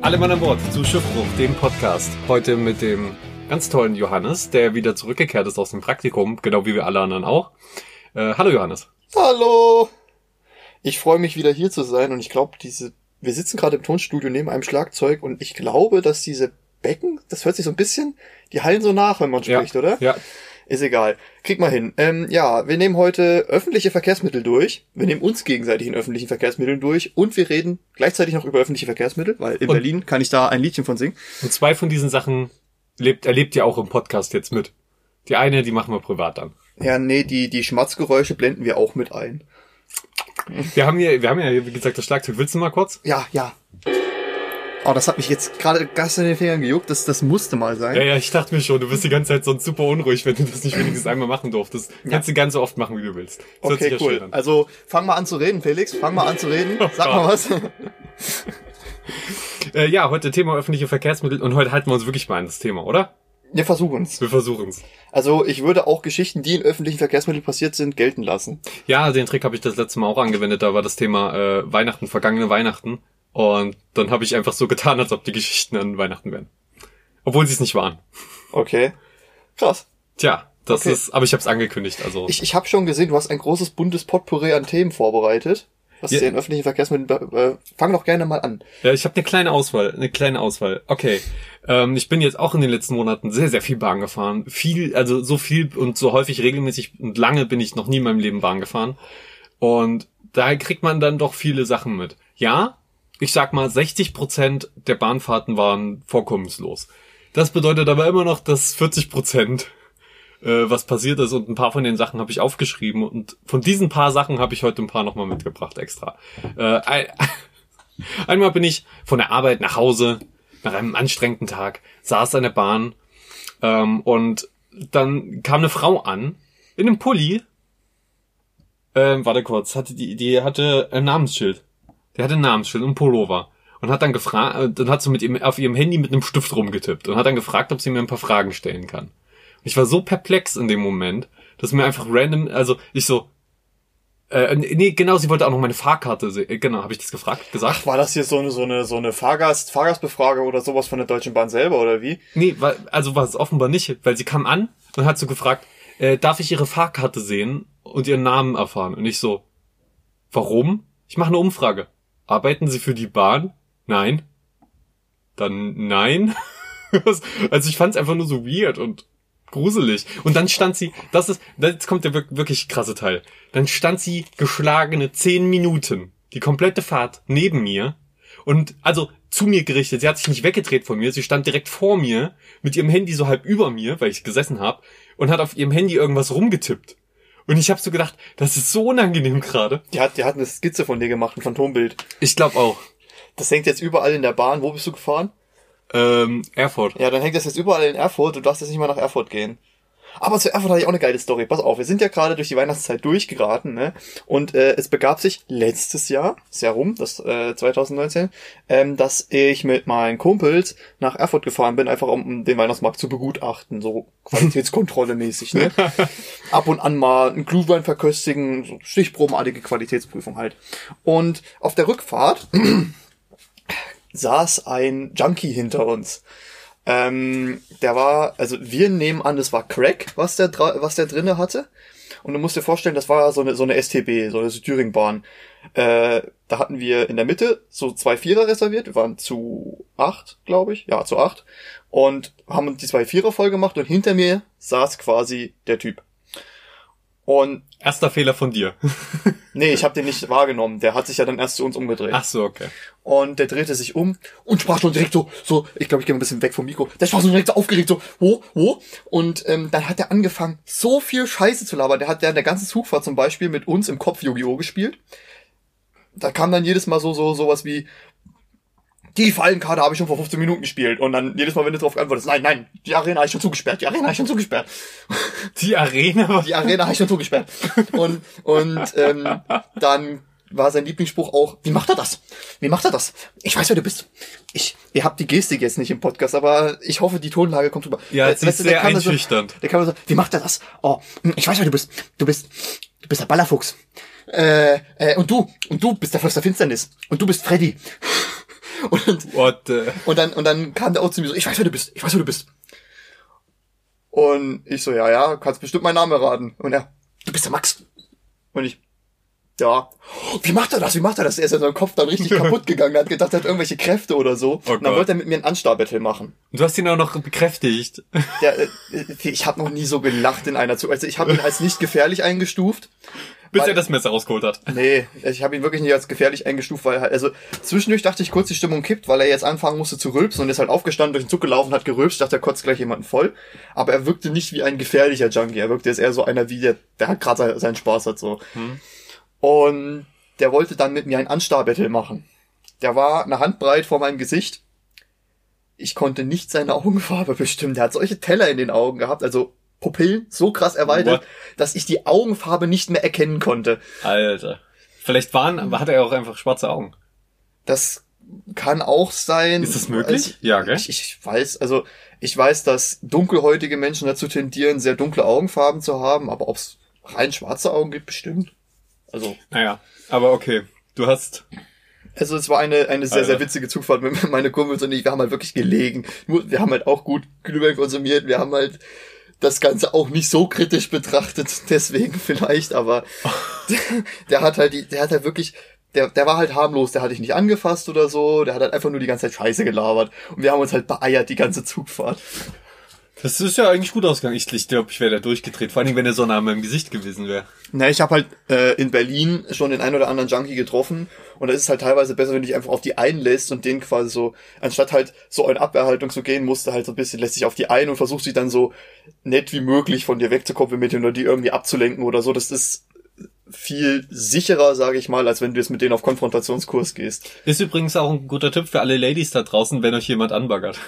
Alle Mann an Bord zu Schiffbruch, dem Podcast. Heute mit dem ganz tollen Johannes, der wieder zurückgekehrt ist aus dem Praktikum, genau wie wir alle anderen auch. Hallo Johannes. Hallo! Ich freue mich wieder hier zu sein und ich glaube, wir sitzen gerade im Tonstudio neben einem Schlagzeug und ich glaube, dass diese Becken, das hört sich so ein bisschen, die hallen so nach, wenn man spricht, ja, oder? Ja. Ist egal. Krieg mal hin. Wir nehmen heute öffentliche Verkehrsmittel durch. Wir nehmen uns gegenseitig in öffentlichen Verkehrsmitteln durch und wir reden gleichzeitig noch über öffentliche Verkehrsmittel, weil in Berlin kann ich da ein Liedchen von singen. Und zwei von diesen Sachen erlebt ihr auch im Podcast jetzt mit. Die eine, die machen wir privat dann. Ja, nee, die Schmatzgeräusche blenden wir auch mit ein. Wir haben ja, wie gesagt, das Schlagzeug. Willst du mal kurz? Ja. Oh, das hat mich jetzt gerade ganz in den Fingern gejuckt. Das musste mal sein. Ja, ich dachte mir schon, du bist die ganze Zeit sonst super unruhig, wenn du das nicht wenigstens einmal machen durftest. Ja. Kannst du ganz so oft machen, wie du willst. Das okay, hört sich cool. Ja schön an. Also, fang mal an zu reden, Felix. Sag mal was. Heute Thema öffentliche Verkehrsmittel und heute halten wir uns wirklich mal an das Thema, oder? Wir versuchen's. Also, ich würde auch Geschichten, die in öffentlichen Verkehrsmitteln passiert sind, gelten lassen. Ja, den Trick habe ich das letzte Mal auch angewendet. Da war das Thema vergangene Weihnachten. Und dann habe ich einfach so getan, als ob die Geschichten an Weihnachten wären. Obwohl sie es nicht waren. Okay. Krass. Tja, aber ich habe es angekündigt. Also ich habe schon gesehen, du hast ein großes buntes Potpourri an Themen vorbereitet. Was ist in öffentlichen Verkehrsmitteln? Fang doch gerne mal an. Ja, ich habe eine kleine Auswahl. Okay. Ich bin jetzt auch in den letzten Monaten sehr, sehr viel Bahn gefahren. So viel und so häufig regelmäßig und lange bin ich noch nie in meinem Leben Bahn gefahren. Und da kriegt man dann doch viele Sachen mit. Ja, ich sag mal, 60% der Bahnfahrten waren vorkommenslos. Das bedeutet aber immer noch, dass 40% was passiert ist und ein paar von den Sachen habe ich aufgeschrieben und von diesen paar Sachen habe ich heute ein paar nochmal mitgebracht extra. Einmal bin ich von der Arbeit nach Hause, nach einem anstrengenden Tag, saß an der Bahn und dann kam eine Frau an, in einem Pulli, die hatte ein Namensschild. Der hatte ein Namensschild und ein Pullover. Und hat dann gefragt, dann hat sie auf ihrem Handy mit einem Stift rumgetippt und hat dann gefragt, ob sie mir ein paar Fragen stellen kann. Und ich war so perplex in dem Moment, dass mir einfach random, sie wollte auch noch meine Fahrkarte sehen. Genau, habe ich das gesagt? Ach, war das hier so eine Fahrgastbefragung oder sowas von der Deutschen Bahn selber, oder wie? Nee, war es offenbar nicht, weil sie kam an und hat so gefragt, darf ich ihre Fahrkarte sehen und ihren Namen erfahren? Und ich so, warum? Ich mache eine Umfrage. Arbeiten Sie für die Bahn? Nein. Dann nein. Also ich fand es einfach nur so weird und gruselig. Und dann stand sie, jetzt kommt der wirklich krasse Teil. Dann stand sie geschlagene 10 Minuten, die komplette Fahrt neben mir und also zu mir gerichtet. Sie hat sich nicht weggedreht von mir, sie stand direkt vor mir mit ihrem Handy so halb über mir, weil ich gesessen habe und hat auf ihrem Handy irgendwas rumgetippt. Und ich habe so gedacht, das ist so unangenehm gerade. Die hat eine Skizze von dir gemacht, ein Phantombild. Ich glaube auch. Das hängt jetzt überall in der Bahn. Wo bist du gefahren? Erfurt. Ja, dann hängt das jetzt überall in Erfurt. Du darfst jetzt nicht mal nach Erfurt gehen. Aber zu Erfurt hatte ich auch eine geile Story. Pass auf, wir sind ja gerade durch die Weihnachtszeit durchgeraten, ne? Und es begab sich letztes Jahr, ist ja rum, das 2019, dass ich mit meinen Kumpels nach Erfurt gefahren bin, einfach um den Weihnachtsmarkt zu begutachten, so Qualitätskontrolle mäßig, ne? Ab und an mal einen Glühwein verköstigen, so stichprobenartige Qualitätsprüfung halt. Und auf der Rückfahrt saß ein Junkie hinter uns. Wir nehmen an, es war Crack, was der drinne hatte. Und du musst dir vorstellen, das war so eine STB, so eine Thüringbahn. Da hatten wir in der Mitte so 2 Vierer reserviert. Wir waren zu 8, glaube ich. Ja, zu 8. Und haben uns die 2 Vierer voll gemacht und hinter mir saß quasi der Typ. Und erster Fehler von dir. Nee, ich habe den nicht wahrgenommen. Der hat sich ja dann erst zu uns umgedreht. Ach so, okay. Und der drehte sich um und sprach schon direkt so, ich glaube, ich gehe ein bisschen weg vom Mikro. Der sprach so direkt so aufgeregt, so, wo? Und dann hat er angefangen, so viel Scheiße zu labern. Der hat während der ganzen Zugfahrt zum Beispiel mit uns im Kopf Yu-Gi-Oh! Gespielt. Da kam dann jedes Mal sowas wie, die Fallenkarte habe ich schon vor 15 Minuten gespielt. Und dann jedes Mal, wenn du drauf antwortest, nein, die Arena habe ich schon zugesperrt. Die Arena habe ich schon zugesperrt. Und dann war sein Lieblingsspruch auch, wie macht er das? Ich weiß, wer du bist. Ihr habt die Gestik jetzt nicht im Podcast, aber ich hoffe, die Tonlage kommt rüber. Ja, es ist sehr einschüchternd. Der kann so, wie macht er das? Oh, ich weiß, wer du bist. Du bist der Ballerfuchs. Und du bist der Fluss der Finsternis. Und du bist Freddy. Und dann kam der auch zu mir so, ich weiß, wer du bist. Und ich so, ja, kannst bestimmt meinen Namen erraten. Und er, du bist der Max. Und ich, ja. Wie macht er das? Er ist ja in seinem Kopf dann richtig kaputt gegangen. Er hat gedacht, er hat irgendwelche Kräfte oder so. Oh und dann wollte er mit mir ein Anstar-Battle machen. Und du hast ihn auch noch bekräftigt. Ich habe noch nie so gelacht in einer Zug. Also ich habe ihn als nicht gefährlich eingestuft. Bis er das Messer rausgeholt hat. Nee, ich habe ihn wirklich nicht als gefährlich eingestuft, weil halt, also zwischendurch dachte ich kurz, die Stimmung kippt, weil er jetzt anfangen musste zu rülpsen und ist halt aufgestanden, durch den Zug gelaufen, hat gerülpst, dachte, er kotzt gleich jemanden voll. Aber er wirkte nicht wie ein gefährlicher Junkie, er wirkte jetzt eher so einer wie der hat gerade seinen Spaß hat so. Und der wollte dann mit mir ein Anstar-Battle machen. Der war eine Handbreit vor meinem Gesicht. Ich konnte nicht seine Augenfarbe bestimmen. Der hat solche Teller in den Augen gehabt, also Pupillen so krass erweitert, dass ich die Augenfarbe nicht mehr erkennen konnte. Alter. Vielleicht hat er auch einfach schwarze Augen. Das kann auch sein. Ist das möglich? Ja, gell? Ich weiß, dass dunkelhäutige Menschen dazu tendieren, sehr dunkle Augenfarben zu haben, aber ob es rein schwarze Augen gibt, bestimmt. Also. Naja, aber okay. Also es war eine sehr, sehr witzige Zugfahrt mit meinen Kumpels und ich. Wir haben halt wirklich gelegen. Wir haben halt auch gut Glühwein konsumiert. Wir haben halt das Ganze auch nicht so kritisch betrachtet, deswegen vielleicht, aber der war halt harmlos, der hat dich nicht angefasst oder so, der hat halt einfach nur die ganze Zeit Scheiße gelabert und wir haben uns halt beeiert die ganze Zugfahrt. Das ist ja eigentlich gut ausgegangen. Ich glaube, ich wäre da durchgedreht, vor allem wenn er so nah an meinem Gesicht gewesen wäre. Na, ich habe halt in Berlin schon den einen oder anderen Junkie getroffen und es ist halt teilweise besser, wenn du dich einfach auf die einlässt und den quasi so, anstatt halt so in Abwehrhaltung zu gehen, musst du halt so ein bisschen, lässt dich auf die ein und versuchst dich dann so nett wie möglich von dir wegzukoppeln mit denen oder die irgendwie abzulenken oder so. Das ist viel sicherer, sage ich mal, als wenn du jetzt mit denen auf Konfrontationskurs gehst. Ist übrigens auch ein guter Tipp für alle Ladies da draußen, wenn euch jemand anbaggert.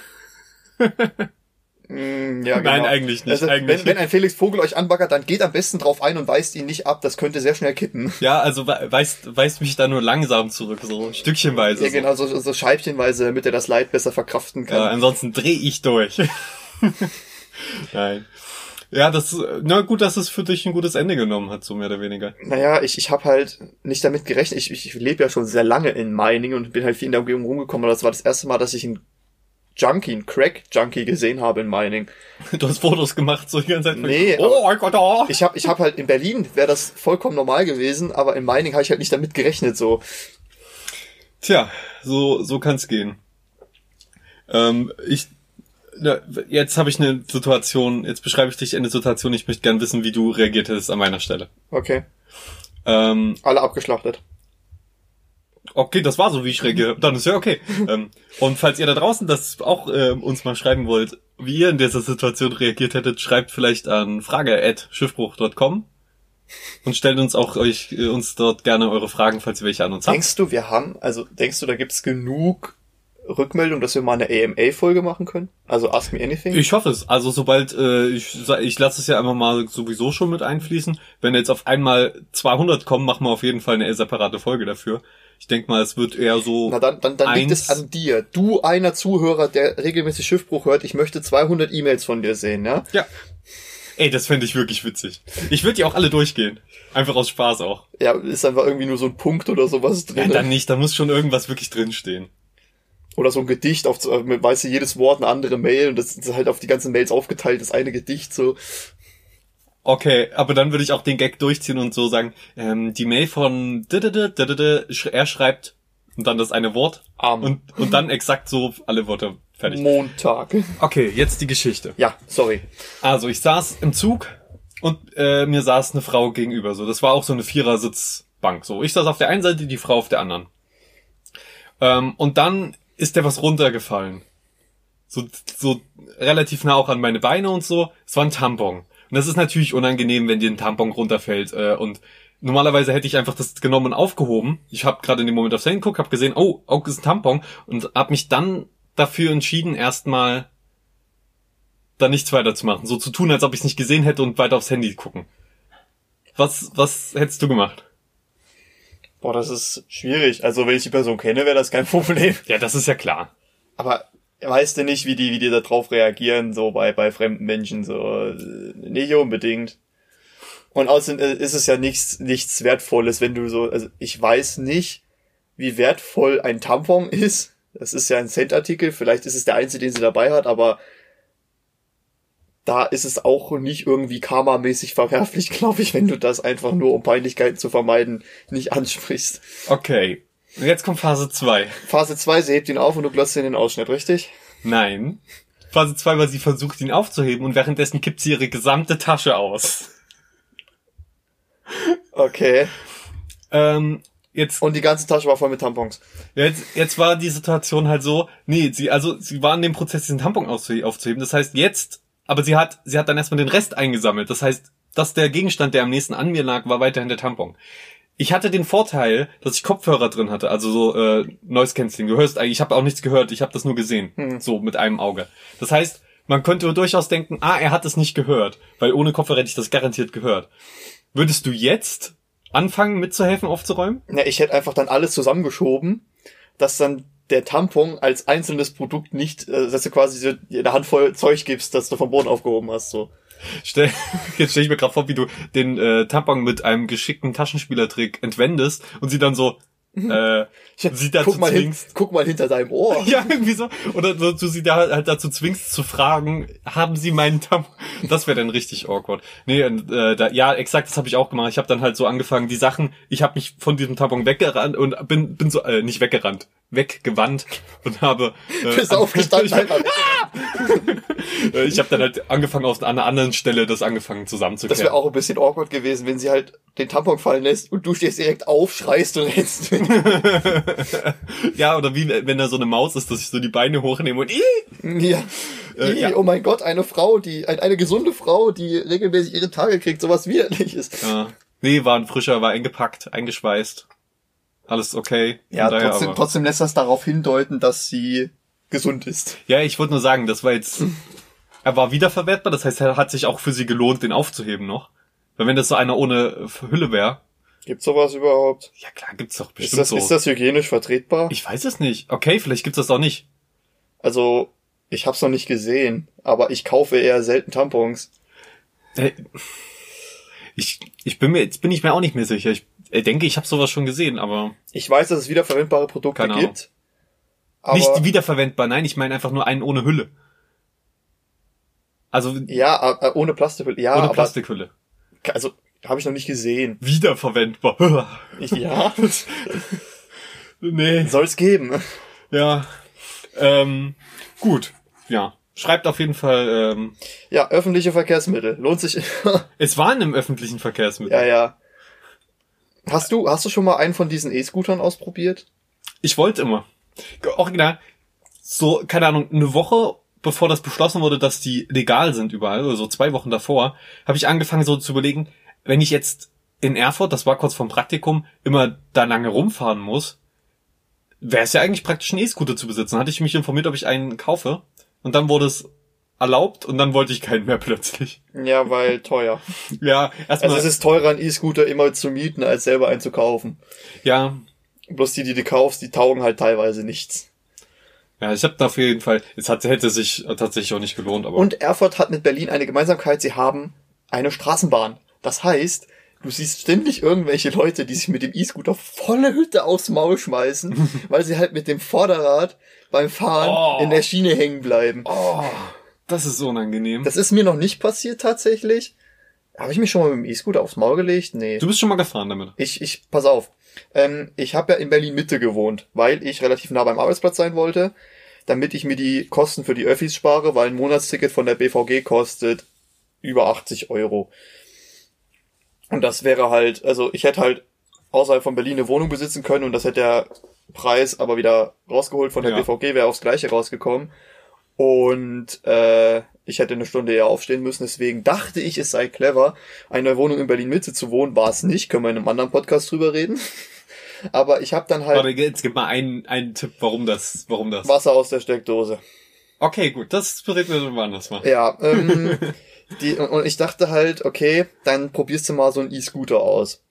Ja, genau. Nein, eigentlich nicht. Also, wenn ein Felix Vogel euch anbaggert, dann geht am besten drauf ein und weist ihn nicht ab. Das könnte sehr schnell kippen. Ja, also weist mich da nur langsam zurück, so stückchenweise. Ja, genau, so scheibchenweise, damit er das Leid besser verkraften kann. Ja, ansonsten dreh ich durch. Nein. Ja, gut, dass es für dich ein gutes Ende genommen hat, so mehr oder weniger. Naja, ich habe halt nicht damit gerechnet. Ich lebe ja schon sehr lange in Meiningen und bin halt viel in der Umgebung rumgekommen. Aber das war das erste Mal, dass ich einen Crack-Junkie gesehen habe in Meiningen. Du hast Fotos gemacht, so die ganze Zeit. Nee, oh mein Gott, oh. Ich hab halt in Berlin, wäre das vollkommen normal gewesen, aber in Meiningen habe ich halt nicht damit gerechnet, so. Tja, so kann's gehen. Jetzt habe ich eine Situation, jetzt beschreibe ich dich eine Situation, ich möchte gern wissen, wie du reagiert hättest an meiner Stelle. Okay. Alle abgeschlachtet. Okay, das war so, wie ich reagiere. Dann ist ja okay. Und falls ihr da draußen das auch uns mal schreiben wollt, wie ihr in dieser Situation reagiert hättet, schreibt vielleicht an frage@schiffbruch.com und stellt uns uns dort gerne eure Fragen, falls ihr welche an uns habt. Denkst du, da gibt's genug Rückmeldung, dass wir mal eine AMA-Folge machen können? Also Ask Me Anything? Ich hoffe es. Also sobald, ich lasse es ja einfach mal sowieso schon mit einfließen. Wenn jetzt auf einmal 200 kommen, machen wir auf jeden Fall eine separate Folge dafür. Ich denke mal, es wird eher so. Na dann liegt es an dir. Du, einer Zuhörer, der regelmäßig Schiffbruch hört, ich möchte 200 E-Mails von dir sehen, ja? Ja. Ey, das fände ich wirklich witzig. Ich würde die auch alle durchgehen. Einfach aus Spaß auch. Ja, ist einfach irgendwie nur so ein Punkt oder sowas drin. Ja, dann nicht, da muss schon irgendwas wirklich drinstehen. Oder so ein Gedicht, weißt du, jedes Wort eine andere Mail und das ist halt auf die ganzen Mails aufgeteilt, das eine Gedicht so. Okay, aber dann würde ich auch den Gag durchziehen und so sagen, die Mail von er schreibt und dann das eine Wort und dann exakt so alle Worte fertig. Montag. Okay, jetzt die Geschichte. Ja, sorry. Also ich saß im Zug und mir saß eine Frau gegenüber. So, das war auch so eine Vierersitzbank. So, ich saß auf der einen Seite, die Frau auf der anderen. Und dann ist der was runtergefallen. So relativ nah auch an meine Beine und so. Es war ein Tampon. Und das ist natürlich unangenehm, wenn dir ein Tampon runterfällt. Und normalerweise hätte ich einfach das genommen und aufgehoben. Ich habe gerade in dem Moment aufs Handy geguckt, habe gesehen, oh, ist ein Tampon. Und habe mich dann dafür entschieden, erstmal da nichts weiter zu machen. So zu tun, als ob ich es nicht gesehen hätte und weiter aufs Handy gucken. Was hättest du gemacht? Boah, das ist schwierig. Also wenn ich die Person kenne, wäre das kein Problem. Ja, das ist ja klar. Aber weißt du nicht, wie die da drauf reagieren, so bei fremden Menschen, so nicht unbedingt. Und außerdem ist es ja nichts Wertvolles, wenn du so, also ich weiß nicht, wie wertvoll ein Tampon ist, Das ist ja ein Cent-Artikel, vielleicht ist es der einzige, den sie dabei hat, aber da ist es auch nicht irgendwie karmamäßig verwerflich, glaube ich, wenn du das einfach nur, um Peinlichkeiten zu vermeiden, nicht ansprichst. Okay. Und jetzt kommt Phase 2. Phase 2, sie hebt ihn auf und du glotzt in den Ausschnitt, richtig? Nein. Phase 2 war, sie versucht, ihn aufzuheben und währenddessen kippt sie ihre gesamte Tasche aus. Okay. Jetzt, Und die ganze Tasche war voll mit Tampons. jetzt war die Situation halt so, sie war in dem Prozess, diesen Tampon aufzuheben. Das heißt, aber sie hat dann erstmal den Rest eingesammelt. Das heißt, dass der Gegenstand, der am nächsten an mir lag, war weiterhin der Tampon. Ich hatte den Vorteil, dass ich Kopfhörer drin hatte, also so Noise Cancelling. Du hörst eigentlich, ich habe auch nichts gehört, ich habe das nur gesehen, so mit einem Auge. Das heißt, man könnte durchaus denken, er hat es nicht gehört, weil ohne Kopfhörer hätte ich das garantiert gehört. Würdest du jetzt anfangen mitzuhelfen aufzuräumen? Ja, ich hätte einfach dann alles zusammengeschoben, dass dann der Tampon als einzelnes Produkt nicht, dass du quasi so eine Handvoll Zeug gibst, das du vom Boden aufgehoben hast, so. Jetzt stell ich mir gerade vor, wie du den Tampon mit einem geschickten Taschenspielertrick entwendest und sie dann so sie dazu zwingst. Guck mal hinter deinem Ohr. Ja, irgendwie so. Oder so, du sie da halt dazu zwingst zu fragen, haben sie meinen Tampon? Das wäre dann richtig awkward. Nee, ja, exakt, das habe ich auch gemacht. Ich habe dann halt so angefangen, die Sachen, ich habe mich von diesem Tampon weggerannt und bin so, nicht weggerannt, weggewandt und habe bist aufgestanden, einfach. Ich habe dann halt angefangen, an einer anderen Stelle das angefangen zusammenzukehren. Das wäre auch ein bisschen awkward gewesen, wenn sie halt den Tampon fallen lässt und du stehst direkt auf, schreist und rennst. Ja, oder wie wenn da so eine Maus ist, dass ich so die Beine hochnehme und ja. Ja. Oh mein Gott, eine gesunde Frau, die regelmäßig ihre Tage kriegt, sowas widerliches. Ja. Nee, war eingepackt, eingeschweißt. Alles okay. Ja, trotzdem lässt das darauf hindeuten, dass sie gesund ist. Ja, ich wollte nur sagen, das war jetzt, er war wiederverwertbar, das heißt, er hat sich auch für sie gelohnt, den aufzuheben noch. Weil wenn das so einer ohne Hülle wäre. Gibt's sowas überhaupt? Ja klar, gibt's doch bestimmt so. Ist das hygienisch vertretbar? Ich weiß es nicht. Okay, vielleicht gibt's das auch nicht. Also, ich hab's noch nicht gesehen, aber ich kaufe eher selten Tampons. Jetzt bin ich mir auch nicht mehr sicher. Ich denke, ich habe sowas schon gesehen, aber... Ich weiß, dass es wiederverwendbare Produkte gibt. Aber nicht wiederverwendbar, nein, ich meine einfach nur einen ohne Hülle. Also... Ja, ohne Plastikhülle. Ja, ohne Plastikhülle. Also, habe ich noch nicht gesehen. Wiederverwendbar. Ja. Nee. Soll's geben. Ja. Gut. Ja. Schreibt auf jeden Fall... Ja, öffentliche Verkehrsmittel. Lohnt sich... Es war in einem öffentlichen Verkehrsmittel. Ja. Hast du schon mal einen von diesen E-Scootern ausprobiert? Ich wollte immer. Original. So, keine Ahnung, eine Woche bevor das beschlossen wurde, dass die legal sind überall, oder so 2 Wochen davor, habe ich angefangen so zu überlegen, wenn ich jetzt in Erfurt, das war kurz vorm Praktikum, immer da lange rumfahren muss, wäre es ja eigentlich praktisch einen E-Scooter zu besitzen. Hatte ich mich informiert, ob ich einen kaufe, und dann wurde es erlaubt und dann wollte ich keinen mehr plötzlich. Ja, weil teuer. Ja, erstmal. Also es ist teurer, einen E-Scooter immer zu mieten, als selber einen zu kaufen. Ja. Bloß die du kaufst, die taugen halt teilweise nichts. Ja, ich habe da auf jeden Fall, hätte sich tatsächlich auch nicht gelohnt, aber. Und Erfurt hat mit Berlin eine Gemeinsamkeit, sie haben eine Straßenbahn. Das heißt, du siehst ständig irgendwelche Leute, die sich mit dem E-Scooter volle Hütte aufs Maul schmeißen, weil sie halt mit dem Vorderrad beim Fahren in der Schiene hängen bleiben. Oh, das ist unangenehm. Das ist mir noch nicht passiert tatsächlich. Habe ich mich schon mal mit dem E-Scooter aufs Maul gelegt? Nee. Du bist schon mal gefahren damit. Pass auf. Ich habe ja in Berlin-Mitte gewohnt, weil ich relativ nah beim Arbeitsplatz sein wollte, damit ich mir die Kosten für die Öffis spare, weil ein Monatsticket von der BVG kostet über 80 €. Und das wäre halt, also ich hätte halt außerhalb von Berlin eine Wohnung besitzen können und das hätte der Preis aber wieder rausgeholt von der BVG, wäre aufs Gleiche rausgekommen. Und ich hätte eine Stunde eher aufstehen müssen, deswegen dachte ich, es sei clever, eine Wohnung in Berlin-Mitte zu wohnen. War es nicht, können wir in einem anderen Podcast drüber reden. Aber ich habe dann halt... Warte, jetzt gib mal einen Tipp, warum das? Wasser aus der Steckdose. Okay, gut, das bereden wir schon anders mal. Ja, und ich dachte halt, okay, dann probierst du mal so einen E-Scooter aus.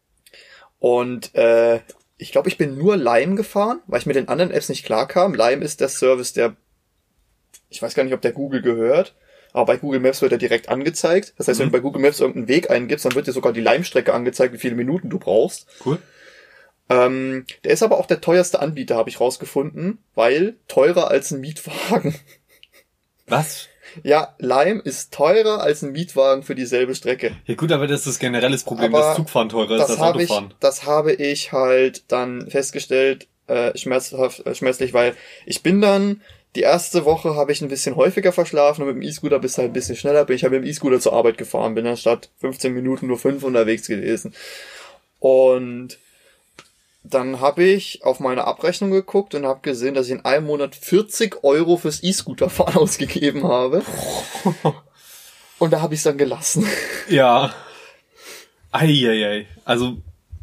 Und ich glaube, ich bin nur Lime gefahren, weil ich mit den anderen Apps nicht klarkam. Lime ist der Service, der... Ich weiß gar nicht, ob der Google gehört, aber bei Google Maps wird er direkt angezeigt. Das heißt, wenn du bei Google Maps irgendeinen Weg eingibst, dann wird dir sogar die Lime-Strecke angezeigt, wie viele Minuten du brauchst. Cool. Der ist aber auch der teuerste Anbieter, habe ich rausgefunden, weil teurer als ein Mietwagen. Was? Ja, Lime ist teurer als ein Mietwagen für dieselbe Strecke. Ja gut, aber das ist das generelles Problem, Aber dass Zugfahren teurer ist als Autofahren. Das habe ich halt dann festgestellt, schmerzlich, weil ich bin dann, die erste Woche habe ich ein bisschen häufiger verschlafen und mit dem E-Scooter bist du halt ein bisschen schneller, bin ich halt mit dem E-Scooter zur Arbeit gefahren, bin dann statt 15 Minuten nur 5 unterwegs gewesen. Und dann habe ich auf meine Abrechnung geguckt und habe gesehen, dass ich in einem Monat 40 Euro fürs E-Scooter-Fahren ausgegeben habe. Und da habe ich es dann gelassen. Ja. Eieiei. Also,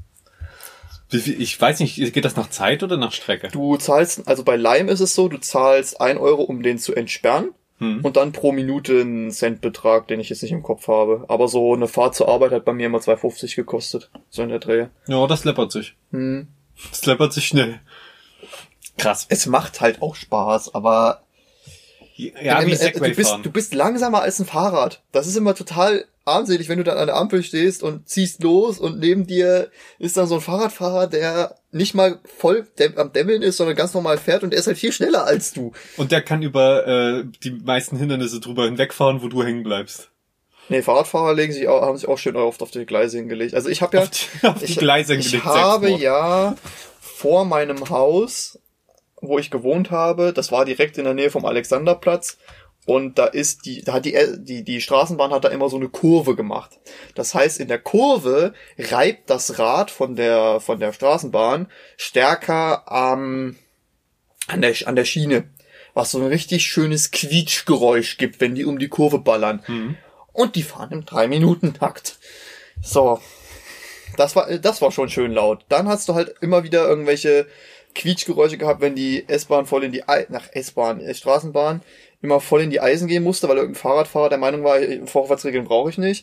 ich weiß nicht, geht das nach Zeit oder nach Strecke? Du zahlst, also bei Lime ist es so, du zahlst 1 Euro, um den zu entsperren. Und dann pro Minute einen Centbetrag, den ich jetzt nicht im Kopf habe. Aber so eine Fahrt zur Arbeit hat bei mir immer 2,50 gekostet. So in der Drehe. Ja, das läppert sich. Das läppert sich schnell. Krass. Es macht halt auch Spaß, aber ja, wie Segway fahren. Du bist langsamer als ein Fahrrad. Das ist immer total armselig, wenn du dann an der Ampel stehst und ziehst los und neben dir ist dann so ein Fahrradfahrer, der nicht mal voll am Dämmeln ist, sondern ganz normal fährt und der ist halt viel schneller als du. Und der kann über die meisten Hindernisse drüber hinwegfahren, wo du hängen bleibst. Nee, Fahrradfahrer haben sich auch schön oft auf die Gleise hingelegt. Also ich habe ja... auf die Gleise hingelegt, ich habe ja vor meinem Haus, wo ich gewohnt habe, das war direkt in der Nähe vom Alexanderplatz, und da hat die Straßenbahn hat da immer so eine Kurve gemacht. Das heißt, in der Kurve reibt das Rad von der Straßenbahn stärker an der Schiene, was so ein richtig schönes Quietschgeräusch gibt, wenn die um die Kurve ballern. Und die fahren im 3-Minuten-Takt. So. Das war schon schön laut. Dann hast du halt immer wieder irgendwelche Quietschgeräusche gehabt, wenn die S-Bahn voll in die Straßenbahn immer voll in die Eisen gehen musste, weil irgendein Fahrradfahrer der Meinung war, Vorfahrtsregeln brauche ich nicht.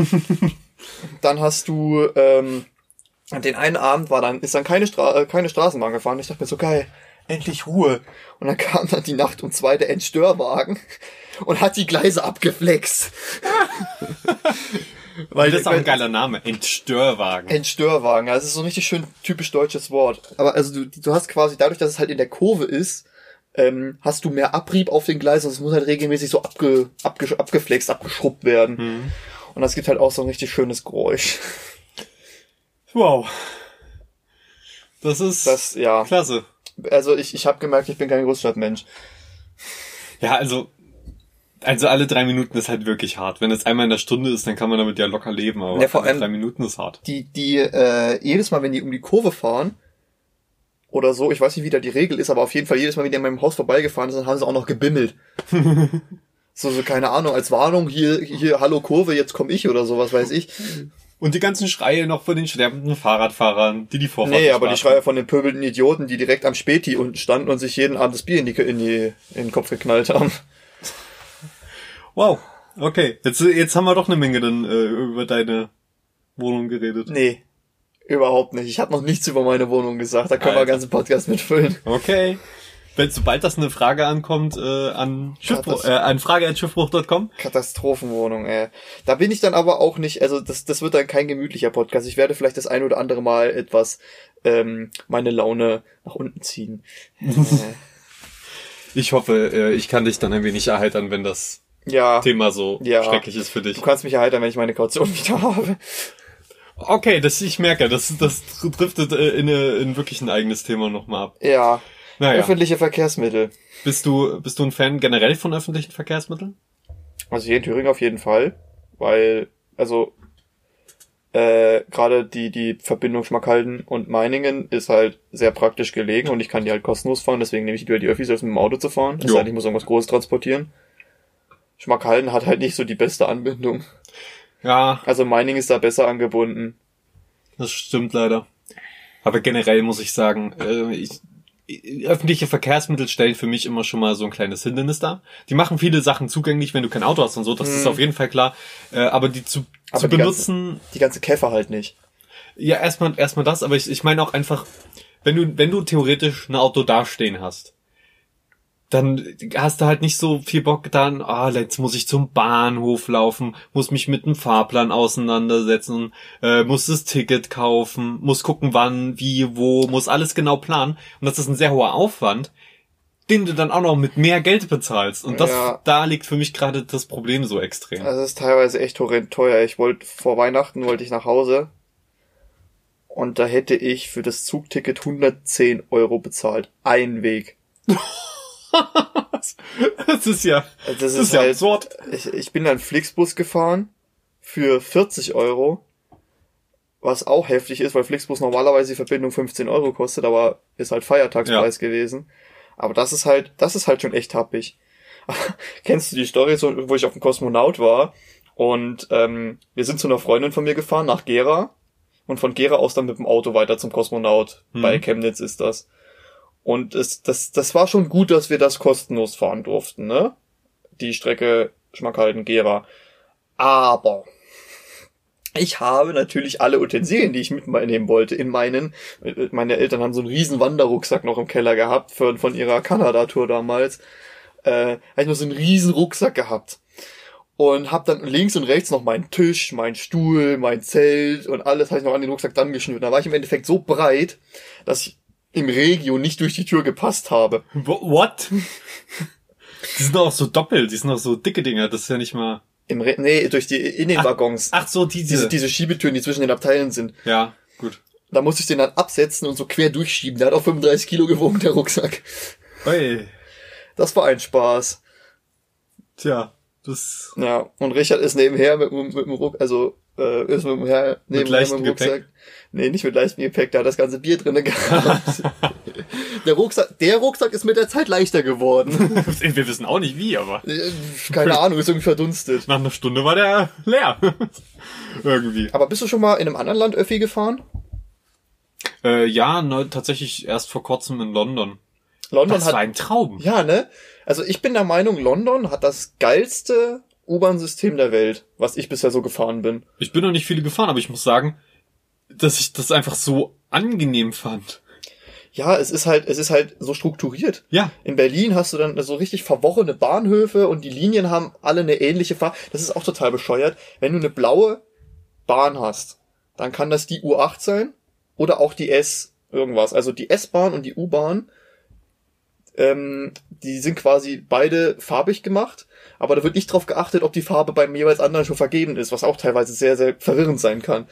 Dann hast du den einen Abend ist dann keine Straßenbahn gefahren. Ich dachte mir so, geil, endlich Ruhe. Und dann kam dann die Nacht um 2 der Endstörwagen und hat die Gleise abgeflext. Weil das ist auch ein geiler Name, Entstörwagen. Entstörwagen, ja, das ist so ein richtig schön typisch deutsches Wort. Aber also du hast quasi, dadurch, dass es halt in der Kurve ist, hast du mehr Abrieb auf den Gleisen und es muss halt regelmäßig so abgeflext, abgeschrubbt werden. Und das gibt halt auch so ein richtig schönes Geräusch. Wow. Das ist klasse. Also ich habe gemerkt, ich bin kein Großstadtmensch. Ja, also alle 3 Minuten ist halt wirklich hart. Wenn es einmal in der Stunde ist, dann kann man damit ja locker leben, aber ja, vor allem 3 Minuten ist hart. Die jedes Mal, wenn die um die Kurve fahren oder so, ich weiß nicht, wie da die Regel ist, aber auf jeden Fall jedes Mal, wenn die an meinem Haus vorbeigefahren sind, haben sie auch noch gebimmelt. so, keine Ahnung, als Warnung, hier, hallo Kurve, jetzt komm ich oder sowas, weiß ich. Und die ganzen Schreie noch von den sterbenden Fahrradfahrern, die Vorfahrt. Nee, aber die Schreie von den pöbelnden Idioten, die direkt am Späti unten standen und sich jeden Abend das Bier in den Kopf geknallt haben. Wow, okay. Jetzt haben wir doch eine Menge dann über deine Wohnung geredet. Nee, überhaupt nicht. Ich habe noch nichts über meine Wohnung gesagt. Da können wir einen ganzen Podcast mitfüllen. Okay. Sobald das eine Frage ankommt, an frage@schiffbruch.com. Katastrophenwohnung, ey. Da bin ich dann aber auch nicht, also das wird dann kein gemütlicher Podcast. Ich werde vielleicht das ein oder andere Mal etwas meine Laune nach unten ziehen. Ich hoffe, ich kann dich dann ein wenig erheitern, wenn das Thema so schrecklich ist für dich. Du kannst mich erheitern, wenn ich meine Kaution wieder habe. Okay, ich merke, das driftet in wirklich ein eigenes Thema nochmal ab. Ja. Naja. Öffentliche Verkehrsmittel. Bist du ein Fan generell von öffentlichen Verkehrsmitteln? Also hier in Thüringen auf jeden Fall, weil, also gerade die Verbindung Schmalkalden und Meiningen ist halt sehr praktisch gelegen und ich kann die halt kostenlos fahren, deswegen nehme ich lieber die Öffis, als mit dem Auto zu fahren. Das heißt, ich muss irgendwas Großes transportieren. Schmalkalden hat halt nicht so die beste Anbindung. Ja. Also Meiningen ist da besser angebunden. Das stimmt leider. Aber generell muss ich sagen, öffentliche Verkehrsmittel stellen für mich immer schon mal so ein kleines Hindernis dar. Die machen viele Sachen zugänglich, wenn du kein Auto hast und so, das ist auf jeden Fall klar. Aber die zu benutzen... Die ganze Käfer halt nicht. Ja, erstmal das, aber ich meine auch einfach, wenn du theoretisch ein Auto dastehen hast, dann hast du halt nicht so viel Bock dann, jetzt muss ich zum Bahnhof laufen, muss mich mit dem Fahrplan auseinandersetzen, muss das Ticket kaufen, muss gucken wann, wie, wo, muss alles genau planen. Und das ist ein sehr hoher Aufwand, den du dann auch noch mit mehr Geld bezahlst. Und da liegt für mich gerade das Problem so extrem. Also es ist teilweise echt horrend teuer. Vor Weihnachten wollte ich nach Hause und da hätte ich für das Zugticket 110 € bezahlt. Ein Weg. Das ist ja halt absurd. Ich bin dann Flixbus gefahren für 40 €, was auch heftig ist, weil Flixbus normalerweise die Verbindung 15 € kostet, aber ist halt Feiertagspreis gewesen. Aber das ist halt schon echt happig. Kennst du die Story, wo ich auf dem Kosmonaut war und wir sind zu einer Freundin von mir gefahren nach Gera und von Gera aus dann mit dem Auto weiter zum Kosmonaut. Bei Chemnitz ist das. Und das war schon gut, dass wir das kostenlos fahren durften, ne? Die Strecke Schmackhalden-Gera. Aber ich habe natürlich alle Utensilien, die ich mitnehmen wollte, meine Eltern haben so einen riesen Wanderrucksack noch im Keller gehabt, von ihrer Kanada-Tour damals. Habe ich noch so einen riesen Rucksack gehabt. Und hab dann links und rechts noch meinen Tisch, meinen Stuhl, mein Zelt und alles habe ich noch an den Rucksack dann geschnürt. Da war ich im Endeffekt so breit, dass ich im Regio nicht durch die Tür gepasst habe. What? Die sind auch so doppelt, die sind auch so dicke Dinger, das ist ja nicht mal... in den Waggons. Ach so, diese Schiebetüren, die zwischen den Abteilen sind. Ja, gut. Da musste ich den dann absetzen und so quer durchschieben. Der hat auch 35 Kilo gewogen, der Rucksack. Hey. Das war ein Spaß. Tja, das... Ja, und Richard ist nebenher mit dem Rucksack, ist nebenher mit dem Rucksack. Gepäck. Nee, nicht mit leichtem Gepäck, da hat das ganze Bier drinne gehabt. Der Rucksack ist mit der Zeit leichter geworden. Wir wissen auch nicht wie, aber... Keine Ahnung, ist irgendwie verdunstet. Nach einer Stunde war der leer. Irgendwie. Aber bist du schon mal in einem anderen Land Öffi gefahren? Ja, tatsächlich erst vor kurzem in London. Das war ein Traum. Ja, ne? Also ich bin der Meinung, London hat das geilste U-Bahn-System der Welt, was ich bisher so gefahren bin. Ich bin noch nicht viele gefahren, aber ich muss sagen, dass ich das einfach so angenehm fand. Ja, es ist halt so strukturiert. Ja. In Berlin hast du dann so richtig verworrene Bahnhöfe und die Linien haben alle eine ähnliche Farbe. Das ist auch total bescheuert. Wenn du eine blaue Bahn hast, dann kann das die U8 sein oder auch die S irgendwas. Also die S-Bahn und die U-Bahn, die sind quasi beide farbig gemacht, aber da wird nicht drauf geachtet, ob die Farbe beim jeweils anderen schon vergeben ist, was auch teilweise sehr, sehr verwirrend sein kann.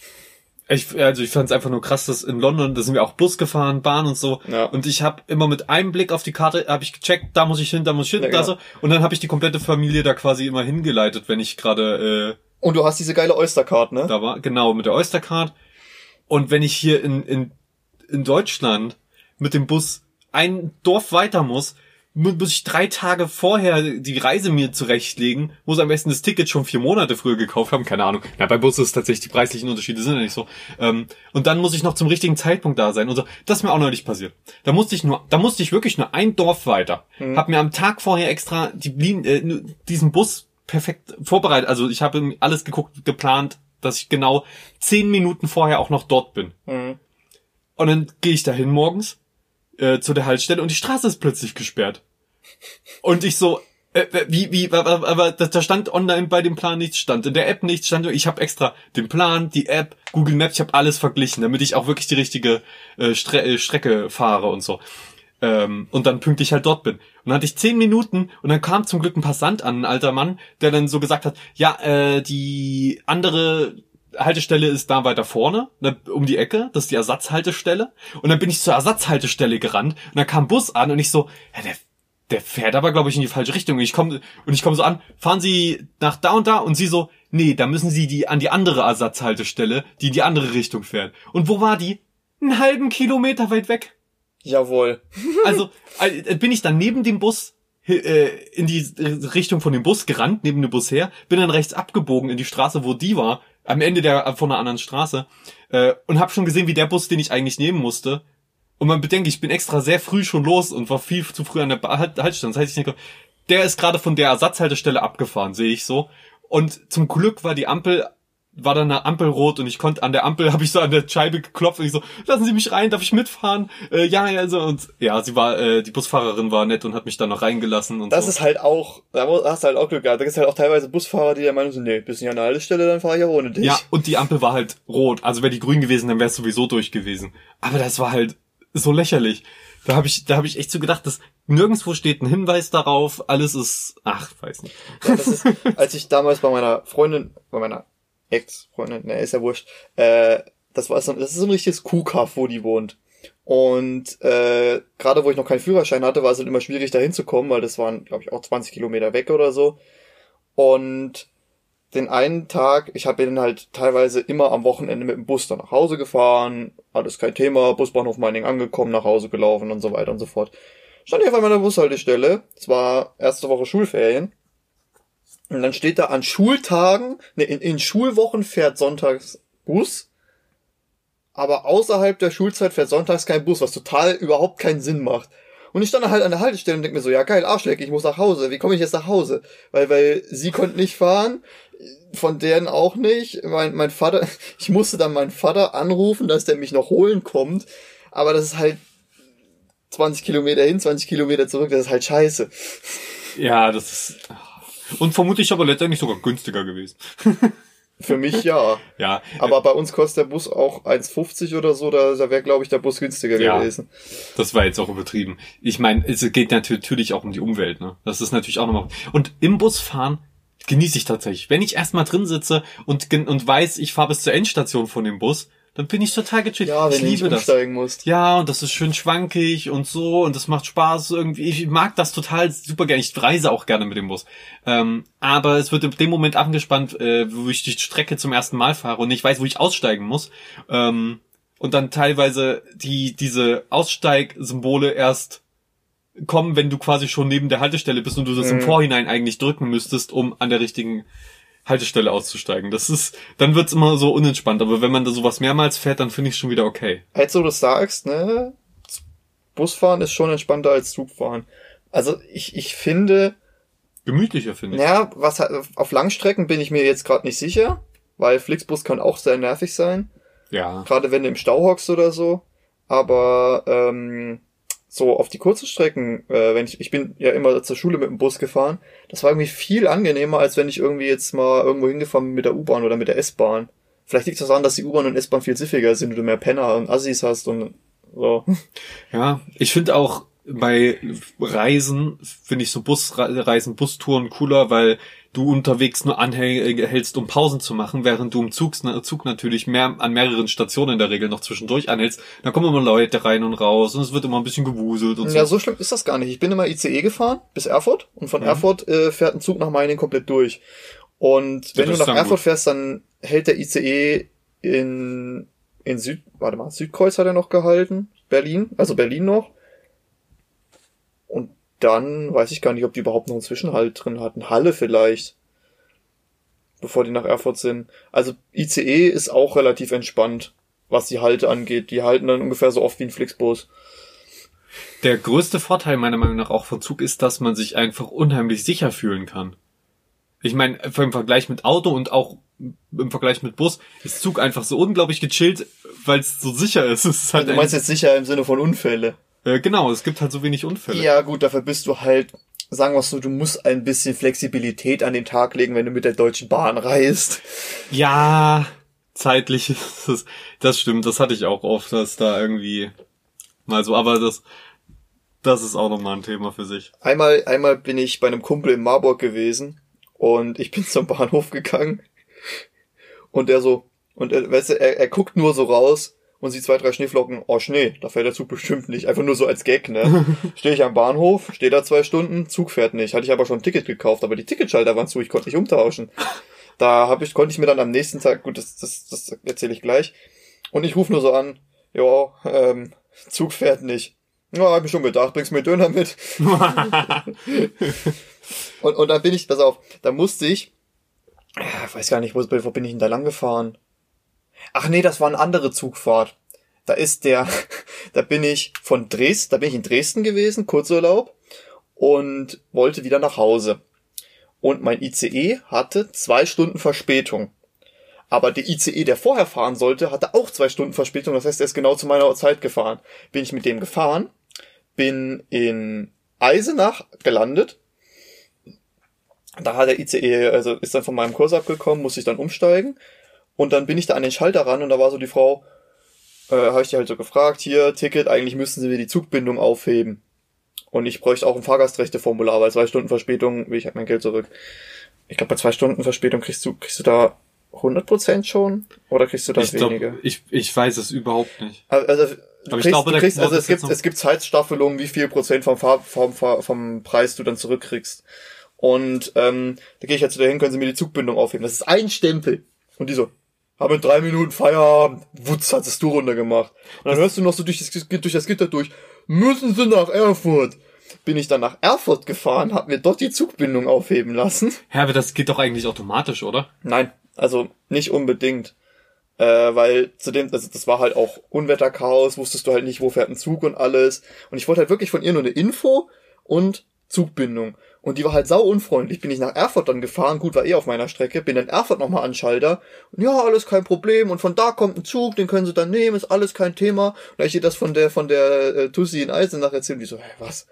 Ich fand es einfach nur krass, dass in London, da sind wir auch Bus gefahren, Bahn und so. Ja. Und ich habe immer mit einem Blick auf die Karte, habe ich gecheckt, da muss ich hin, da muss ich hin, ja, da so. Und dann habe ich die komplette Familie da quasi immer hingeleitet, wenn ich gerade... und du hast diese geile Oystercard, ne? Da war, genau, mit der Oystercard. Und wenn ich hier in Deutschland mit dem Bus ein Dorf weiter muss ich 3 Tage vorher die Reise mir zurechtlegen, muss am besten das Ticket schon 4 Monate früher gekauft haben, keine Ahnung. Ja, bei Bus ist tatsächlich, die preislichen Unterschiede sind ja nicht so. Und dann muss ich noch zum richtigen Zeitpunkt da sein und so. Das ist mir auch neulich passiert. Da musste ich wirklich nur ein Dorf weiter. Hab mir am Tag vorher extra diesen Bus perfekt vorbereitet. Also ich habe alles geplant, dass ich genau 10 Minuten vorher auch noch dort bin. Und dann gehe ich dahin morgens zu der Haltestelle und die Straße ist plötzlich gesperrt. Und ich so, aber da stand online bei dem Plan nichts, stand in der App nichts, ich habe extra den Plan, die App, Google Maps, ich habe alles verglichen, damit ich auch wirklich die richtige Strecke fahre und so. Und dann pünktlich halt dort bin. Und dann hatte ich 10 Minuten und dann kam zum Glück ein Passant an, ein alter Mann, der dann so gesagt hat, ja, die andere Haltestelle ist da weiter vorne, um die Ecke, das ist die Ersatzhaltestelle. Und dann bin ich zur Ersatzhaltestelle gerannt und dann kam ein Bus an und ich so, ja, der fährt aber, glaube ich, in die falsche Richtung. Und ich komme so an, fahren Sie nach da und da? Und sie so, nee, da müssen Sie an die andere Ersatzhaltestelle, die in die andere Richtung fährt. Und wo war die? Einen halben Kilometer weit weg. Jawohl. Also bin ich dann neben dem Bus in die Richtung von dem Bus gerannt, neben dem Bus her, bin dann rechts abgebogen in die Straße, wo die war, am Ende von einer anderen Straße, und habe schon gesehen, wie der Bus, den ich eigentlich nehmen musste, und man bedenkt, ich bin extra sehr früh schon los und war viel zu früh an der Haltestelle. Das heißt, ich denke, der ist gerade von der Ersatzhaltestelle abgefahren, sehe ich so. Und zum Glück war die Ampel war dann eine Ampel rot und ich konnte an der Ampel, habe ich so an der Scheibe geklopft und ich so, lassen Sie mich rein, darf ich mitfahren? Ja, also und ja, sie war, die Busfahrerin war nett und hat mich dann noch reingelassen und das so. ist halt auch, da hast du halt auch Glück gehabt. Da gibt es halt auch teilweise Busfahrer, die der Meinung sind, nee, bist nicht an der Haltestelle, dann fahre ich ja ohne dich. Ja, und die Ampel war halt rot, also wäre die grün gewesen, dann wäre es sowieso durch gewesen. Aber das war halt so lächerlich. Da hab ich echt so gedacht, dass nirgendwo steht ein Hinweis darauf, alles ist, weiß nicht. Ja, das ist, als ich damals bei meiner Ex-Freundin, ist ja wurscht, das ist so ein richtiges Kuhkaff, wo die wohnt. Und gerade wo ich noch keinen Führerschein hatte, war es halt immer schwierig, da hinzukommen, weil das waren, glaube ich, auch 20 Kilometer weg oder so. Und den einen Tag, ich habe ihn halt teilweise immer am Wochenende mit dem Bus dann nach Hause gefahren, alles kein Thema, Busbahnhof Meining angekommen, nach Hause gelaufen und so weiter und so fort. Stand ich auf meiner Bushaltestelle, es war erste Woche Schulferien, und dann steht da an Schultagen, in Schulwochen fährt sonntags Bus, aber außerhalb der Schulzeit fährt sonntags kein Bus, was total überhaupt keinen Sinn macht. Und ich stand da halt an der Haltestelle und denk mir so, ja geil, Arschleck, ich muss nach Hause. Wie komme ich jetzt nach Hause? Weil sie konnte nicht fahren, von deren auch nicht. Mein Vater, ich musste dann meinen Vater anrufen, dass der mich noch holen kommt. Aber das ist halt 20 Kilometer hin, 20 Kilometer zurück, das ist halt scheiße. Ja, das ist... Und vermutlich aber letztendlich sogar günstiger gewesen. Für mich ja. Ja. Aber bei uns kostet der Bus auch 1,50 oder so, da wäre, glaube ich, der Bus günstiger gewesen. Das war jetzt auch übertrieben. Ich meine, es geht natürlich auch um die Umwelt, ne? Das ist natürlich auch nochmal... Und im Busfahren genieße ich tatsächlich. Wenn ich erstmal drin sitze und weiß, ich fahre bis zur Endstation von dem Bus, dann bin ich total gechillt. Ja, wenn ich liebe du nicht umsteigen musst. Ja, und das ist schön schwankig und so und das macht Spaß irgendwie. Ich mag das total super gerne. Ich reise auch gerne mit dem Bus. Aber es wird in dem Moment angespannt, wo ich die Strecke zum ersten Mal fahre und ich weiß, wo ich aussteigen muss. Und dann teilweise diese Aussteigsymbole erst kommen, wenn du quasi schon neben der Haltestelle bist und du das im Vorhinein eigentlich drücken müsstest, um an der richtigen Haltestelle auszusteigen. Dann wird's immer so unentspannt, aber wenn man da sowas mehrmals fährt, dann finde ich schon wieder okay. Als du das sagst, ne, Busfahren ist schon entspannter als Zugfahren. Also ich finde... Gemütlicher, finde ich. Ja, auf Langstrecken bin ich mir jetzt gerade nicht sicher, weil Flixbus kann auch sehr nervig sein. Ja. Gerade wenn du im Stau hockst oder so. Aber so auf die kurzen Strecken, ich bin ja immer zur Schule mit dem Bus gefahren, das war irgendwie viel angenehmer, als wenn ich irgendwie jetzt mal irgendwo hingefahren bin mit der U-Bahn oder mit der S-Bahn. Vielleicht liegt es daran, dass die U-Bahn und S-Bahn viel siffiger sind und du mehr Penner und Assis hast und so. Ja, ich finde auch bei Reisen, finde ich so Busreisen, Bustouren cooler, weil du unterwegs nur anhältst, um Pausen zu machen, während du im Zug natürlich an mehreren Stationen in der Regel noch zwischendurch anhältst. Da kommen immer Leute rein und raus und es wird immer ein bisschen gewuselt und so. Ja, so schlimm ist das gar nicht. Ich bin immer ICE gefahren bis Erfurt und von Erfurt fährt ein Zug nach Meiningen komplett durch. Und wenn du nach Erfurt fährst, dann hält der ICE in Südkreuz hat er noch gehalten, Berlin noch. Und dann weiß ich gar nicht, ob die überhaupt noch einen Zwischenhalt drin hatten. Halle vielleicht, bevor die nach Erfurt sind. Also ICE ist auch relativ entspannt, was die Halte angeht. Die halten dann ungefähr so oft wie ein Flixbus. Der größte Vorteil meiner Meinung nach auch von Zug ist, dass man sich einfach unheimlich sicher fühlen kann. Ich meine, im Vergleich mit Auto und auch im Vergleich mit Bus ist Zug einfach so unglaublich gechillt, weil es so sicher ist. Es ist halt du meinst jetzt sicher im Sinne von Unfälle? Genau, es gibt halt so wenig Unfälle. Ja gut, dafür bist du halt, sagen wir so, du musst ein bisschen Flexibilität an den Tag legen, wenn du mit der Deutschen Bahn reist. Ja, zeitlich ist das stimmt, das hatte ich auch oft, dass da irgendwie mal so, aber das ist auch nochmal ein Thema für sich. Einmal bin ich bei einem Kumpel in Marburg gewesen und ich bin zum Bahnhof gegangen und er guckt nur so raus und sieht 2, 3 Schneeflocken, oh Schnee, da fährt der Zug bestimmt nicht. Einfach nur so als Gag, ne? Stehe ich am Bahnhof, stehe da 2 Stunden, Zug fährt nicht. Hatte ich aber schon ein Ticket gekauft, aber die Ticketschalter waren zu, ich konnte nicht umtauschen. Konnte ich mir dann am nächsten Tag, gut, das erzähle ich gleich. Und ich rufe nur so an, Zug fährt nicht. Ja, hab ich schon gedacht, bringst mir Döner mit. und dann bin ich, pass auf, da musste ich, weiß gar nicht, wo bin ich denn da lang gefahren? Ach nee, das war eine andere Zugfahrt. Da bin ich in Dresden gewesen, Kurzurlaub, und wollte wieder nach Hause. Und mein ICE hatte 2 Stunden Verspätung. Aber der ICE, der vorher fahren sollte, hatte auch 2 Stunden Verspätung. Das heißt, er ist genau zu meiner Zeit gefahren. Bin ich mit dem gefahren, bin in Eisenach gelandet. Da hat der ICE, also ist dann von meinem Kurs abgekommen, musste ich dann umsteigen. Und dann bin ich da an den Schalter ran und da war so die Frau, habe ich die halt so gefragt, hier, Ticket, eigentlich müssten Sie mir die Zugbindung aufheben. Und ich bräuchte auch ein Fahrgastrechteformular, weil 2 Stunden Verspätung, will ich halt mein Geld zurück. Ich glaube, bei 2 Stunden Verspätung kriegst du da 100% schon? Oder kriegst du da weniger? Ich weiß es überhaupt nicht. Also, aber ich glaube, es gibt Zeitstaffelungen, wie viel Prozent vom Preis du dann zurückkriegst. Und da gehe ich halt zu der hin, können Sie mir die Zugbindung aufheben. Das ist ein Stempel. Und die so, haben in 3 Minuten Feierabend. Wutz, hattest du runtergemacht. Und dann hörst du noch so durch das Gitter durch, müssen Sie nach Erfurt. Bin ich dann nach Erfurt gefahren, hab mir dort die Zugbindung aufheben lassen. Ja, aber das geht doch eigentlich automatisch, oder? Nein, also nicht unbedingt. Weil zudem, also das war halt auch Unwetterchaos, wusstest du halt nicht, wo fährt ein Zug und alles. Und ich wollte halt wirklich von ihr nur eine Info und Zugbindung. Und die war halt sau unfreundlich. Bin ich nach Erfurt dann gefahren, gut, war eh auf meiner Strecke, bin dann Erfurt nochmal an Schalter. Und ja, alles kein Problem. Und von da kommt ein Zug, den können sie dann nehmen, ist alles kein Thema. Und da ich ihr das von der Tussi in Eisenach erzählt, und die so, hey, was?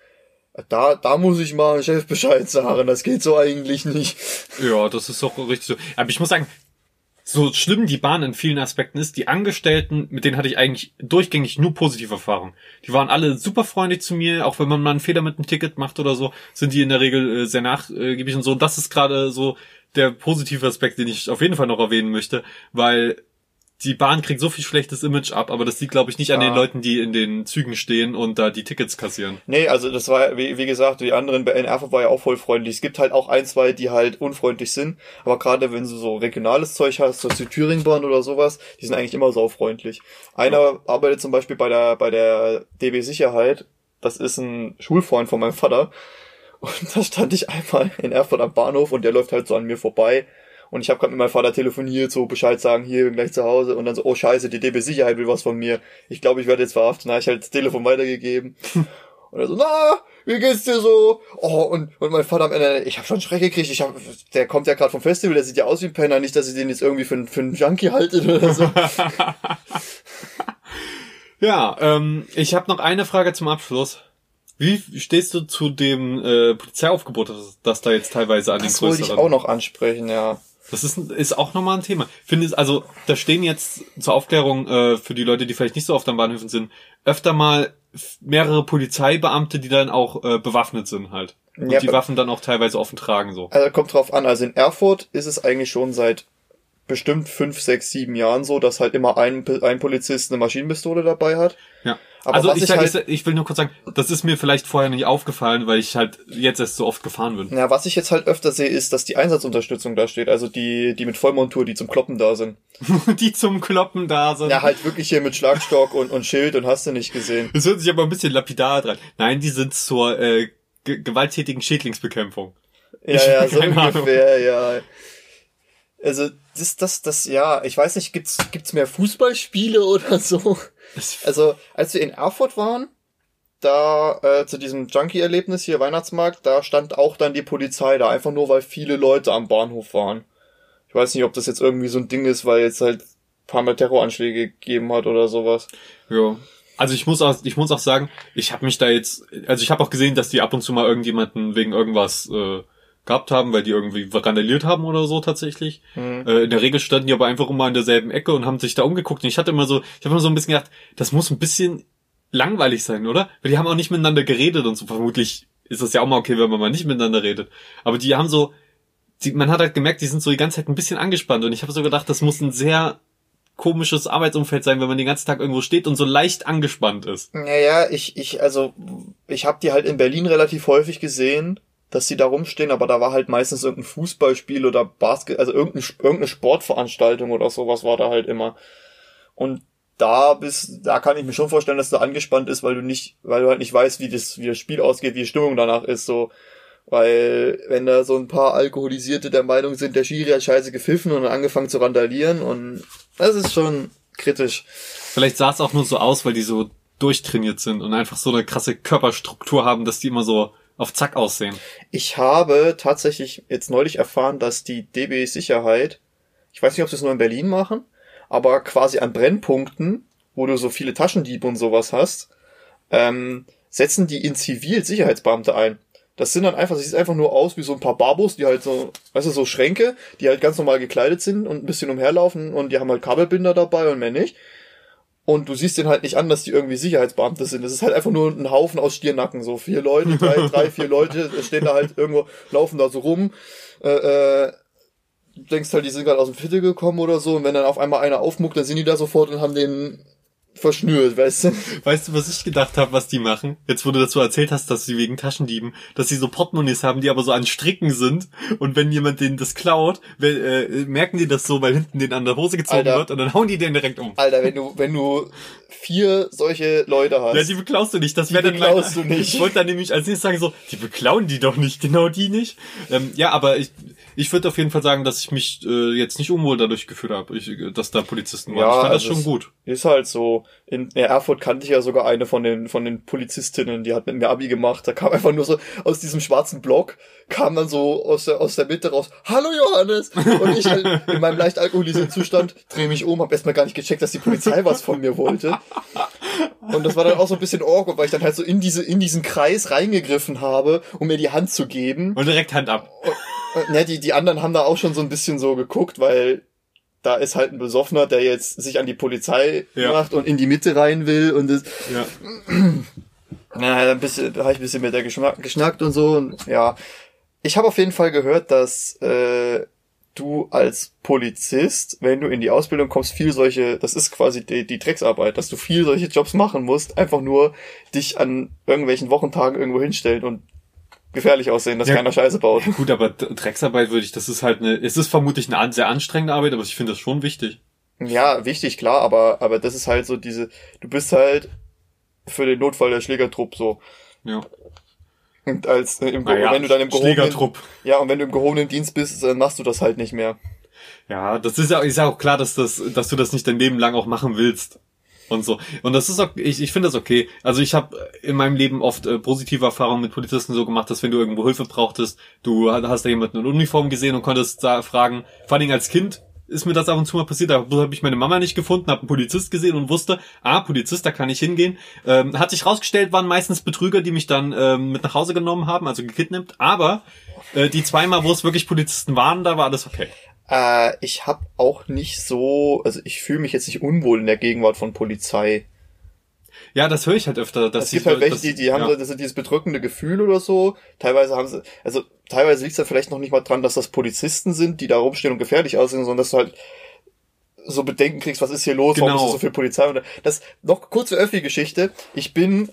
Da muss ich mal dem Chef Bescheid sagen, das geht so eigentlich nicht. Ja, das ist doch richtig so. Aber ich muss sagen, so schlimm die Bahn in vielen Aspekten ist, die Angestellten, mit denen hatte ich eigentlich durchgängig nur positive Erfahrungen. Die waren alle super freundlich zu mir, auch wenn man mal einen Fehler mit einem Ticket macht oder so, sind die in der Regel sehr nachgiebig und so. Und das ist gerade so der positive Aspekt, den ich auf jeden Fall noch erwähnen möchte, weil die Bahn kriegt so viel schlechtes Image ab, aber das liegt, glaube ich, nicht an den Leuten, die in den Zügen stehen und da die Tickets kassieren. Nee, also das war, wie gesagt, die anderen in Erfurt war ja auch voll freundlich. Es gibt halt auch 1, 2, die halt unfreundlich sind, aber gerade wenn du so regionales Zeug hast, so die Thüringbahn oder sowas, die sind eigentlich immer saufreundlich. Einer arbeitet zum Beispiel bei der DB Sicherheit, das ist ein Schulfreund von meinem Vater, und da stand ich einmal in Erfurt am Bahnhof und der läuft halt so an mir vorbei. Und ich habe gerade mit meinem Vater telefoniert, so Bescheid sagen, hier, bin gleich zu Hause. Und dann so, oh scheiße, die DB Sicherheit will was von mir. Ich glaube, ich werde jetzt verhaftet. Na, ich halt das Telefon weitergegeben. Und er so, na, wie geht's dir so? Oh, und mein Vater am Ende, ich habe schon Schreck gekriegt. Der kommt ja gerade vom Festival, der sieht ja aus wie ein Penner. Nicht, dass ich den jetzt irgendwie für einen Junkie haltet oder so. Ja, ich habe noch eine Frage zum Abschluss. Wie stehst du zu dem Polizeiaufgebot, das da jetzt teilweise an den größeren... Das wollte ich auch noch ansprechen, ja. Das ist auch nochmal ein Thema. Finde es, also, da stehen jetzt zur Aufklärung für die Leute, die vielleicht nicht so oft an Bahnhöfen sind, öfter mal mehrere Polizeibeamte, die dann auch bewaffnet sind halt. Und ja, die Waffen dann auch teilweise offen tragen, so. Also kommt drauf an, also in Erfurt ist es eigentlich schon seit bestimmt 5, 6, 7 Jahren so, dass halt immer ein Polizist eine Maschinenpistole dabei hat. Ja. Aber also ich will nur kurz sagen, das ist mir vielleicht vorher nicht aufgefallen, weil ich halt jetzt erst so oft gefahren bin. Ja, was ich jetzt halt öfter sehe, ist, dass die Einsatzunterstützung da steht, also die mit Vollmontur, die zum Kloppen da sind. Die zum Kloppen da sind. Ja, halt wirklich hier mit Schlagstock und Schild und hast du nicht gesehen. Das hört sich aber ein bisschen lapidar dran. Nein, die sind zur gewalttätigen Schädlingsbekämpfung. Ja, so ungefähr, ja. Also, ja, ich weiß nicht, gibt's mehr Fußballspiele oder so? Also, als wir in Erfurt waren, da zu diesem Junkie-Erlebnis hier, Weihnachtsmarkt, da stand auch dann die Polizei da, einfach nur, weil viele Leute am Bahnhof waren. Ich weiß nicht, ob das jetzt irgendwie so ein Ding ist, weil jetzt halt ein paar Mal Terroranschläge gegeben hat oder sowas. Ja. Also ich muss auch sagen, ich habe auch gesehen, dass die ab und zu mal irgendjemanden wegen irgendwas gehabt haben, weil die irgendwie randaliert haben oder so tatsächlich. In der Regel standen die aber einfach immer in derselben Ecke und haben sich da umgeguckt. Und ich habe immer so ein bisschen gedacht, das muss ein bisschen langweilig sein, oder? Weil die haben auch nicht miteinander geredet und so. Vermutlich ist das ja auch mal okay, wenn man mal nicht miteinander redet. Aber die haben man hat halt gemerkt, die sind so die ganze Zeit ein bisschen angespannt. Und ich habe so gedacht, das muss ein sehr komisches Arbeitsumfeld sein, wenn man den ganzen Tag irgendwo steht und so leicht angespannt ist. Naja, ich habe die halt in Berlin relativ häufig gesehen, dass sie da rumstehen, aber da war halt meistens irgendein Fußballspiel oder Basket, also irgendeine Sportveranstaltung oder sowas war da halt immer. Und da kann ich mir schon vorstellen, dass du angespannt ist, weil du halt nicht weißt, wie das Spiel ausgeht, wie die Stimmung danach ist, so. Weil, wenn da so ein paar Alkoholisierte der Meinung sind, der Schiri hat scheiße gepfiffen und dann angefangen zu randalieren, und das ist schon kritisch. Vielleicht sah es auch nur so aus, weil die so durchtrainiert sind und einfach so eine krasse Körperstruktur haben, dass die immer so auf Zack aussehen. Ich habe tatsächlich jetzt neulich erfahren, dass die DB Sicherheit ich weiß nicht, ob sie es nur in Berlin machen, aber quasi an Brennpunkten, wo du so viele Taschendiebe und sowas hast, setzen die in Zivil Sicherheitsbeamte ein. Das sind dann einfach, das sieht einfach nur aus wie so ein paar Barbos, die halt so, weißt du, so Schränke, die halt ganz normal gekleidet sind und ein bisschen umherlaufen und die haben halt Kabelbinder dabei und mehr nicht. Und du siehst denen halt nicht an, dass die irgendwie Sicherheitsbeamte sind. Das ist halt einfach nur ein Haufen aus Stirnacken, so 4 Leute, 3, 4 Leute, stehen da halt irgendwo, laufen da so rum, du denkst halt, die sind gerade aus dem Viertel gekommen oder so und wenn dann auf einmal einer aufmuckt, dann sind die da sofort und haben den verschnürt, weißt du? Weißt du, was ich gedacht habe, was die machen? Jetzt, wo du dazu erzählt hast, dass sie wegen Taschendieben, dass sie so Portemonnaies haben, die aber so an Stricken sind und wenn jemand denen das klaut, merken die das so, weil hinten denen an der Hose gezogen wird und dann hauen die den direkt um. Alter, wenn du 4 solche Leute hast. Ja, die beklaust du nicht. Das wäre dann beklaust du nicht. Ich wollte dann nämlich als nächstes sagen so, die beklauen die doch nicht, genau die nicht. Ja, aber ich würde auf jeden Fall sagen, dass ich mich jetzt nicht unwohl dadurch gefühlt habe, dass da Polizisten waren. Ja, ich fand das schon gut. Ist halt so. In Erfurt kannte ich ja sogar eine von den Polizistinnen, die hat mit mir Abi gemacht. Da kam einfach nur so aus diesem schwarzen Block, kam dann so aus der Mitte raus, hallo Johannes! Und ich halt in meinem leicht alkoholisierten Zustand drehe mich um, hab erstmal gar nicht gecheckt, dass die Polizei was von mir wollte. Und das war dann auch so ein bisschen awkward, weil ich dann halt so in diesen Kreis reingegriffen habe, um mir die Hand zu geben. Und direkt Hand ab. Ja, die anderen haben da auch schon so ein bisschen so geguckt, weil da ist halt ein Besoffener, der jetzt sich an die Polizei macht und in die Mitte rein will und das. Ja. Da habe ich ein bisschen mit der geschnackt und so. Und ja, ich habe auf jeden Fall gehört, dass du als Polizist, wenn du in die Ausbildung kommst, viel solche, das ist quasi die Drecksarbeit, dass du viel solche Jobs machen musst, einfach nur dich an irgendwelchen Wochentagen irgendwo hinstellen und gefährlich aussehen, dass keiner Scheiße baut. Gut, aber Drecksarbeit das ist halt es ist vermutlich eine sehr anstrengende Arbeit, aber ich finde das schon wichtig. Ja, wichtig, klar, aber das ist halt so du bist halt für den Notfall der Schlägertrupp so. Ja. Und wenn du dann im Schlägertrupp. Ja, und wenn du im gehobenen Dienst bist, dann machst du das halt nicht mehr. Ja, das ist ja auch klar, dass du das nicht dein Leben lang auch machen willst. Und so. Und das ist auch, ich finde das okay. Also ich habe in meinem Leben oft positive Erfahrungen mit Polizisten so gemacht, dass wenn du irgendwo Hilfe brauchtest, du hast da jemanden in Uniform gesehen und konntest da fragen, vor allem als Kind ist mir das ab und zu mal passiert, da habe ich meine Mama nicht gefunden, habe einen Polizist gesehen und wusste, Polizist, da kann ich hingehen. Hat sich rausgestellt, waren meistens Betrüger, die mich dann mit nach Hause genommen haben, also gekidnappt, aber die 2 Mal, wo es wirklich Polizisten waren, da war alles okay. Ich habe auch nicht so, also ich fühle mich jetzt nicht unwohl in der Gegenwart von Polizei. Ja, das höre ich halt öfter. Es gibt halt welche, die haben so dieses bedrückende Gefühl oder so. Teilweise liegt es ja vielleicht noch nicht mal dran, dass das Polizisten sind, die da rumstehen und gefährlich aussehen, sondern dass du halt so Bedenken kriegst, was ist hier los, warum ist da so viel Polizei? Und das noch kurze Öffi-Geschichte. Ich bin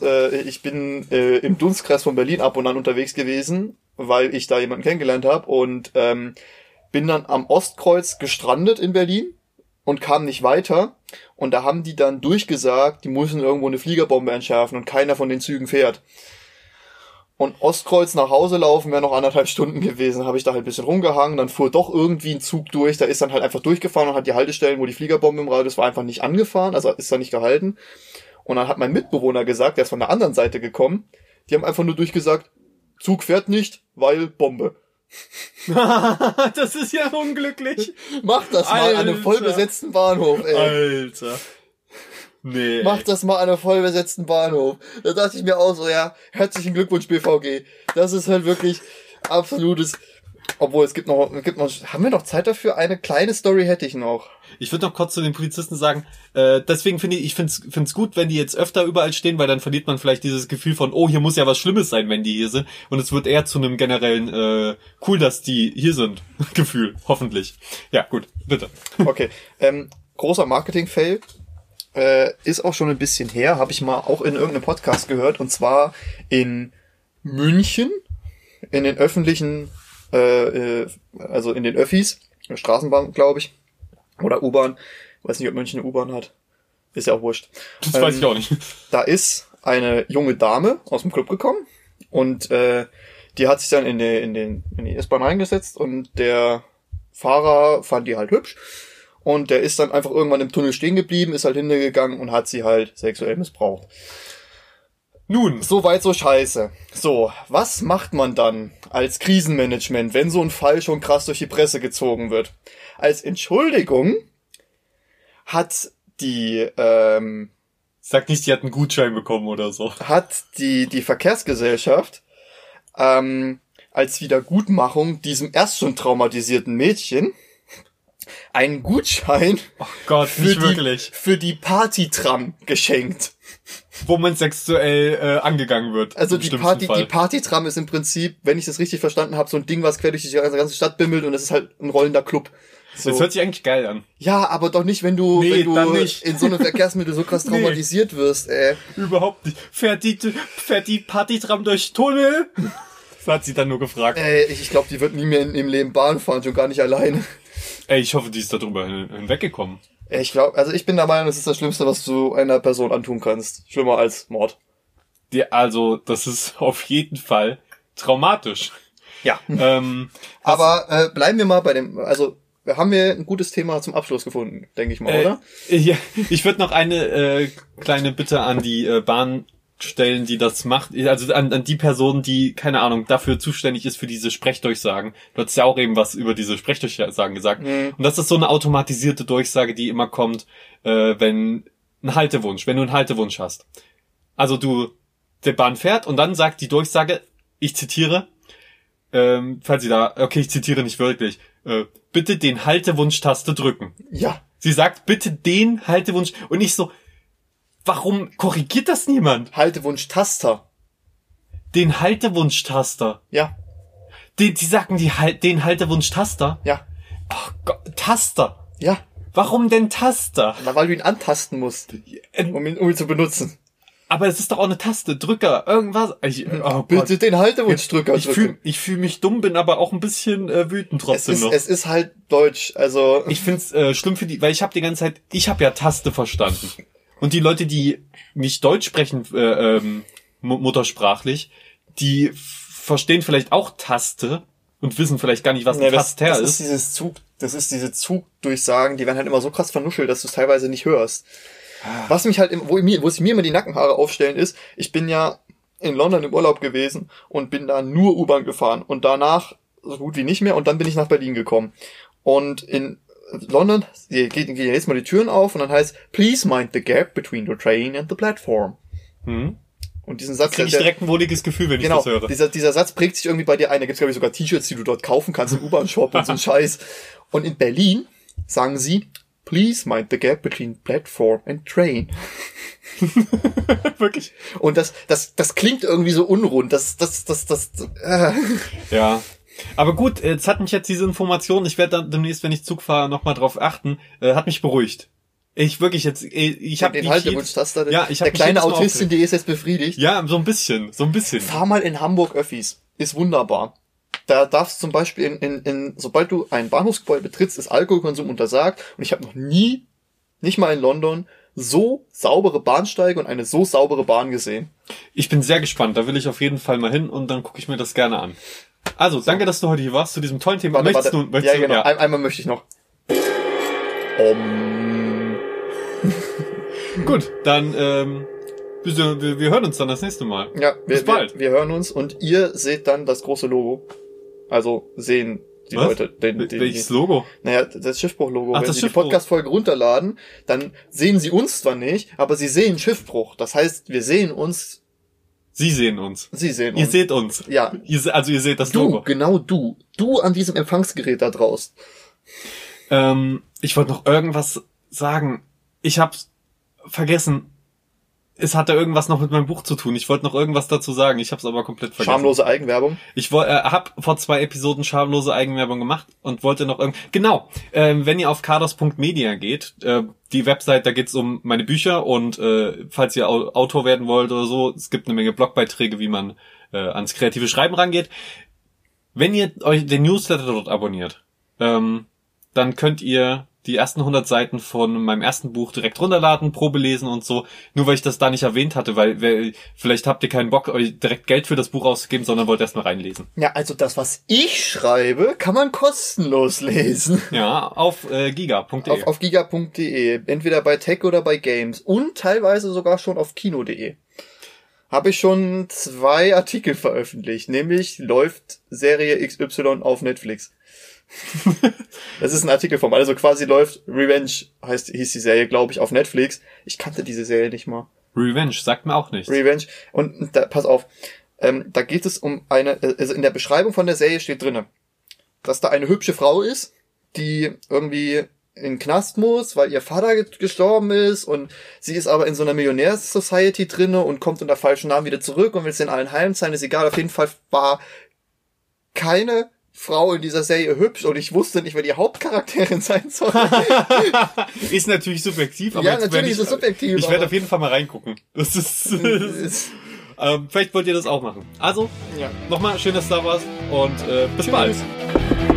im Dunstkreis von Berlin ab und an unterwegs gewesen, weil ich da jemanden kennengelernt habe und bin dann am Ostkreuz gestrandet in Berlin und kam nicht weiter. Und da haben die dann durchgesagt, die müssen irgendwo eine Fliegerbombe entschärfen und keiner von den Zügen fährt. Und Ostkreuz nach Hause laufen wäre noch 1,5 Stunden gewesen. Habe ich da halt ein bisschen rumgehangen, dann fuhr doch irgendwie ein Zug durch, da ist dann halt einfach durchgefahren und hat die Haltestellen, wo die Fliegerbombe im Radius war, einfach nicht angefahren, also ist da nicht gehalten. Und dann hat mein Mitbewohner gesagt, der ist von der anderen Seite gekommen, die haben einfach nur durchgesagt, Zug fährt nicht, weil Bombe. Das ist ja unglücklich. Mach das mal an einem vollbesetzten Bahnhof, ey. Alter. Nee. Mach das mal an einem vollbesetzten Bahnhof. Da dachte ich mir auch so, ja, herzlichen Glückwunsch BVG. Das ist halt wirklich absolutes, obwohl es gibt noch, haben wir noch Zeit dafür? Eine kleine Story hätte ich noch. Ich würde noch kurz zu den Polizisten sagen, deswegen finde ich find's gut, wenn die jetzt öfter überall stehen, weil dann verliert man vielleicht dieses Gefühl von, oh, hier muss ja was Schlimmes sein, wenn die hier sind. Und es wird eher zu einem generellen, cool, dass die hier sind, Gefühl, hoffentlich. Ja, gut, bitte. Okay, großer Marketing-Fail, ist auch schon ein bisschen her, habe ich mal auch in irgendeinem Podcast gehört, und zwar in München, in den öffentlichen, also in den Öffis, Straßenbahn, glaube ich, oder U-Bahn. Weiß nicht, ob München eine U-Bahn hat. Ist ja auch wurscht. Das weiß ich auch nicht. Da ist eine junge Dame aus dem Club gekommen und die hat sich dann in die S-Bahn reingesetzt und der Fahrer fand die halt hübsch und der ist dann einfach irgendwann im Tunnel stehen geblieben, ist halt hingegangen und hat sie halt sexuell missbraucht. Nun, So weit, so scheiße. So, was macht man dann als Krisenmanagement, wenn so ein Fall schon krass durch die Presse gezogen wird? Als Entschuldigung hat die sag nicht, die hat einen Gutschein bekommen oder so. die Verkehrsgesellschaft als Wiedergutmachung diesem erst schon traumatisierten Mädchen einen Gutschein Oh Gott, nicht wirklich. für die Partytram geschenkt. Wo man sexuell angegangen wird. Also im die schlimmsten Fall. Partytram ist im Prinzip, wenn ich das richtig verstanden habe, so ein Ding, was quer durch die ganze Stadt bimmelt und das ist halt ein rollender Club. So. Das hört sich eigentlich geil an. Ja, aber doch nicht, wenn du dann nicht. in so einem Verkehrsmittel so krass traumatisiert wirst, ey. Überhaupt nicht. Fährt die Partytram durch Tunnel? Das hat sie dann nur gefragt. Ich glaube, die wird nie mehr im Leben Bahn fahren, schon gar nicht alleine. Ey, ich hoffe, die ist darüber hinweggekommen. Ich glaube, also ich bin der Meinung, das ist das Schlimmste, was du einer Person antun kannst. Schlimmer als Mord. Also, das ist auf jeden Fall traumatisch. Ja. Aber bleiben wir mal bei dem, also haben wir ein gutes Thema zum Abschluss gefunden, denke ich mal, oder? Ja, ich würde noch eine kleine Bitte an die Bahn stellen, die das macht. Also an die Person, die, keine Ahnung, dafür zuständig ist für diese Sprechdurchsagen. Du hast ja auch eben was über diese Sprechdurchsagen gesagt. Und das ist so eine automatisierte Durchsage, die immer kommt, wenn du einen Haltewunsch hast. Also der Bahn fährt und dann sagt die Durchsage, ich zitiere, ich zitiere nicht wörtlich, bitte den Haltewunsch-Taste drücken. Ja. Sie sagt, bitte den Haltewunsch, und ich so, warum korrigiert das niemand? Haltewunsch-Taster. Den Haltewunsch-Taster. Ja. Die sagen den Haltewunsch-Taster? Ja. Oh Gott, Taster. Ja. Warum denn Taster? Na, weil du ihn antasten musst, um ihn zu benutzen. Aber es ist doch auch eine Taste, Drücker, irgendwas. Bitte den Haltewunschdrücker drücken. Ich fühl mich dumm, bin aber auch ein bisschen wütend trotzdem noch. Es ist halt Deutsch, also... Ich find's schlimm weil ich habe ja Taste verstanden. Und die Leute, die nicht Deutsch sprechen, muttersprachlich, die verstehen vielleicht auch Taste und wissen vielleicht gar nicht, was ein Taster ist. Das ist diese Zugdurchsagen, die werden halt immer so krass vernuschelt, dass du es teilweise nicht hörst. Was mich halt, wo sich mir immer die Nackenhaare aufstellen ist, ich bin ja in London im Urlaub gewesen und bin da nur U-Bahn gefahren und danach so gut wie nicht mehr und dann bin ich nach Berlin gekommen. Und in London gehen jetzt mal die Türen auf und dann heißt, please mind the gap between the train and the platform. Und diesen Satz... Krieg ich direkt ein wohliges Gefühl, wenn ich das höre. Dieser Satz prägt sich irgendwie bei dir ein. Da gibt's, glaube ich, sogar T-Shirts, die du dort kaufen kannst im U-Bahn-Shop und so ein Scheiß. Und in Berlin sagen sie, please mind the gap between platform and train. Wirklich? Und das klingt irgendwie so unrund. Ja. Aber gut, jetzt hat mich diese Information, ich werde dann demnächst, wenn ich Zug fahre, nochmal drauf achten, hat mich beruhigt. Ich habe den Haltewunsch-Taster. Ja, der kleine Autistin, die ist jetzt befriedigt. Ja, so ein bisschen. Fahr mal in Hamburg Öffis. Ist wunderbar. Da darfst zum Beispiel sobald du ein Bahnhofsgebäude betrittst, ist Alkoholkonsum untersagt. Und ich habe noch nie, nicht mal in London, so saubere Bahnsteige und eine so saubere Bahn gesehen. Ich bin sehr gespannt. Da will ich auf jeden Fall mal hin und dann gucke ich mir das gerne an. Also, danke, dass du heute hier warst zu diesem tollen Thema. Warte. Ja, genau. Ja. Einmal möchte ich noch. Gut, dann wir hören uns dann das nächste Mal. Ja, bis bald. Wir hören uns und ihr seht dann das große Logo. Also sehen die Leute. Welches Logo? Naja, das Schiffbruch-Logo. Ach, wenn das sie Schiffbruch. die Podcast-Folge runterladen, dann sehen sie uns zwar nicht, aber sie sehen Schiffbruch. Das heißt, wir sehen uns. Sie sehen uns. Sie sehen uns. Ihr seht uns. Ja. Ihr seht das Logo. Genau du. Du an diesem Empfangsgerät da draußen. Ich wollte noch irgendwas sagen. Ich hab's vergessen. Es hatte irgendwas noch mit meinem Buch zu tun. Ich wollte noch irgendwas dazu sagen. Ich habe es aber komplett vergessen. Schamlose Eigenwerbung. Ich habe vor 2 Episoden schamlose Eigenwerbung gemacht und wollte noch genau. Wenn ihr auf kados.media geht, die Website, da geht's um meine Bücher und falls ihr Autor werden wollt oder so, es gibt eine Menge Blogbeiträge, wie man ans kreative Schreiben rangeht. Wenn ihr euch den Newsletter dort abonniert, dann könnt ihr die ersten 100 Seiten von meinem ersten Buch direkt runterladen, Probe lesen und so. Nur weil ich das da nicht erwähnt hatte, weil vielleicht habt ihr keinen Bock, euch direkt Geld für das Buch auszugeben, sondern wollt erst mal reinlesen. Ja, also das, was ich schreibe, kann man kostenlos lesen. Ja, auf giga.de. Auf giga.de. Entweder bei Tech oder bei Games. Und teilweise sogar schon auf kino.de. habe ich schon 2 Artikel veröffentlicht, nämlich läuft Serie XY auf Netflix. Das ist ein Artikelform, also quasi läuft Revenge, hieß die Serie, glaube ich, auf Netflix. Ich kannte diese Serie nicht mal. Revenge, sagt mir auch nichts. Revenge. Und da, pass auf, da geht es um also in der Beschreibung von der Serie steht drinne, dass da eine hübsche Frau ist, die irgendwie in den Knast muss, weil ihr Vater gestorben ist und sie ist aber in so einer Millionärs-Society drinne und kommt unter falschen Namen wieder zurück und will es in allen Heimen sein, ist egal. Auf jeden Fall war keine Frau in dieser Serie hübsch und ich wusste nicht, wer die Hauptcharakterin sein soll. Ist natürlich subjektiv, aber ja, natürlich ist es subjektiv. Ich werde auf jeden Fall mal reingucken. Das ist vielleicht wollt ihr das auch machen. Also, ja. nochmal schön, dass du da warst und bis bald.